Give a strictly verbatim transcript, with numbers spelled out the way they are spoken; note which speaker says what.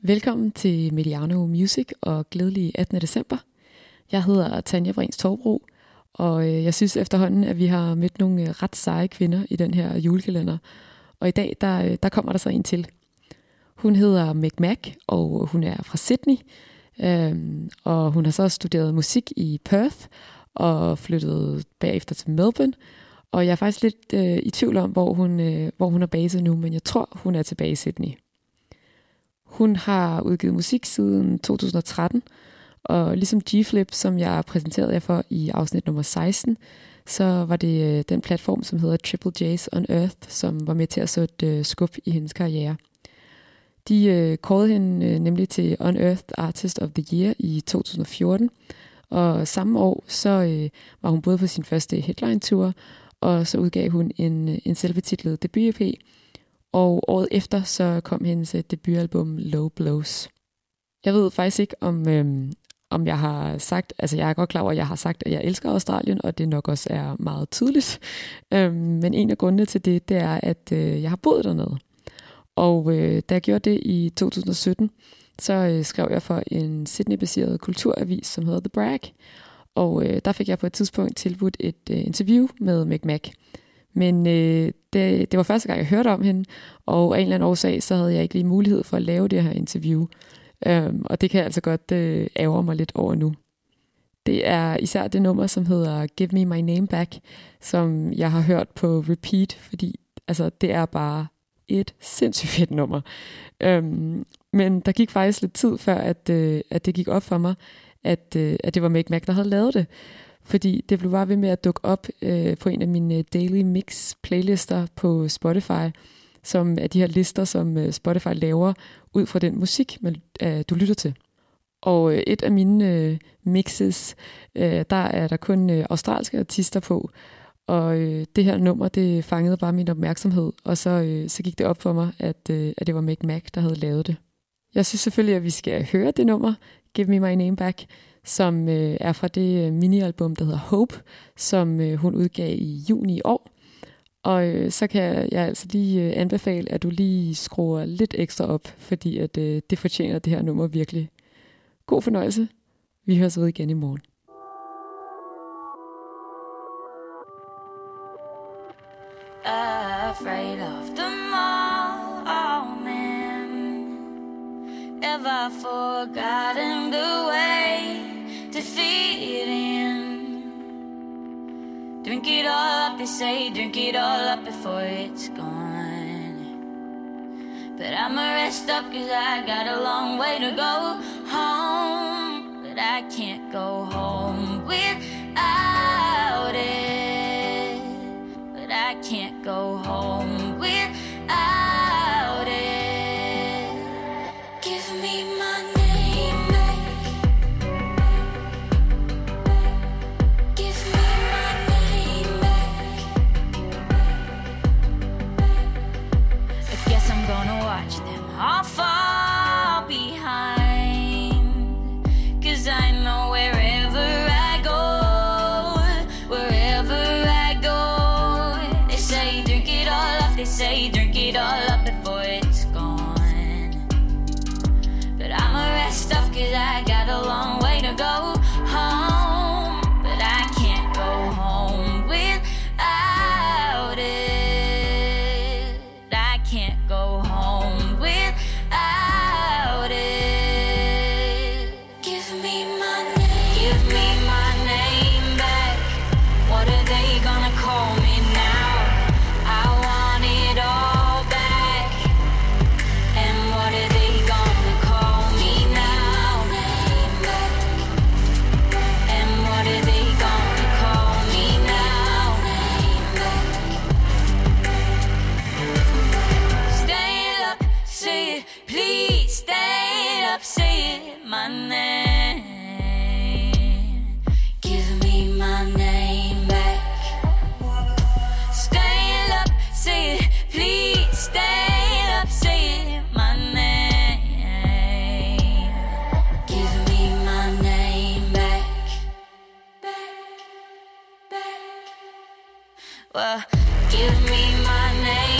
Speaker 1: Velkommen til Mediano Music og glædelig attende december. Jeg hedder Tanja Brins Torbro, og jeg synes efterhånden, at vi har mødt nogle ret seje kvinder i den her julekalender. Og i dag, der, der kommer der så en til. Hun hedder Meg Mac, og hun er fra Sydney. Øhm, og hun har så studeret musik i Perth og flyttet bagefter til Melbourne. Og jeg er faktisk lidt øh, i tvivl om, hvor hun, øh, hvor hun er baset nu, men jeg tror, hun er tilbage i Sydney. Hun har udgivet musik siden to tusind og tretten, og ligesom G-Flip, som jeg præsenterede jer for i afsnit nummer seksten, så var det øh, den platform, som hedder Triple J's On Earth, som var med til at sætte øh, skub i hendes karriere. De øh, kårede hende øh, nemlig til On Earth Artist of the Year i to tusind og fjorten, og samme år så øh, var hun både på sin første headline-tour, og så udgav hun en, en selvbetitlet debut-E P, og året efter så kom hendes debutalbum Low Blows. Jeg ved faktisk ikke, om, øhm, om jeg har sagt, altså jeg er godt klar over, at jeg har sagt, at jeg elsker Australien, og det nok også er meget tydeligt. Øhm, men en af grundene til det, det er, at øh, jeg har boet dernede. Og øh, da jeg gjorde det i to tusind og sytten, så øh, skrev jeg for en Sydney-baseret kulturavis, som hedder The Brag. Og øh, der fik jeg på et tidspunkt tilbudt et øh, interview med Meg Mac. Men øh, det, det var første gang, jeg hørte om hende, og af en eller anden årsag, så havde jeg ikke lige mulighed for at lave det her interview. Øhm, og det kan jeg altså godt øh, ærge mig lidt over nu. Det er især det nummer, som hedder Give Me My Name Back, som jeg har hørt på repeat, fordi altså, det er bare et sindssygt fedt nummer. Øhm, men der gik faktisk lidt tid før, at, øh, at det gik op for mig, at, øh, at det var Meg Mac, der havde lavet det. Fordi det blev bare ved med at dukke op øh, på en af mine Daily Mix playlister på Spotify, som er de her lister, som øh, Spotify laver ud fra den musik, man, øh, du lytter til. Og øh, et af mine øh, mixes, øh, der er der kun øh, australske artister på, og øh, det her nummer, det fangede bare min opmærksomhed, og så, øh, så gik det op for mig, at, øh, at det var Meg Mac, der havde lavet det. Jeg synes selvfølgelig, at vi skal høre det nummer, Give Me My Name Back, som øh, er fra det øh, minialbum, der hedder Hope, som øh, hun udgav i juni i år. Og øh, så kan jeg altså lige øh, anbefale, at du lige skruer lidt ekstra op, fordi at, øh, det fortjener det her nummer virkelig. God fornøjelse. Vi høres ved igen i morgen.
Speaker 2: Afraid of the morning, ever forgotten the way to fit in. Drink it all up, they say, drink it all up before it's gone. But I'ma rest up cause I got a long way to go home. But I can't go home without it. But I can't go home without it. Give me my name back. Give me my name back. I guess I'm gonna watch them all fall behind. Cause I know wherever I go, wherever I go, they say drink it all up, they say drink it all up before it's gone. But I'ma rest up cause I got a long way to go home. But I can't go home without it. I can't go home without it. Give me my name, give me my name back. What are they gonna call me now? I want it all back. And what are they gonna call me now? And what are they gonna call me now? Stand up, say it, please stand up, say it, my name. Give me my name back. Stand up, say it, please stand up, say it, my name. Give me my name back. Back, back. Well, give me my name.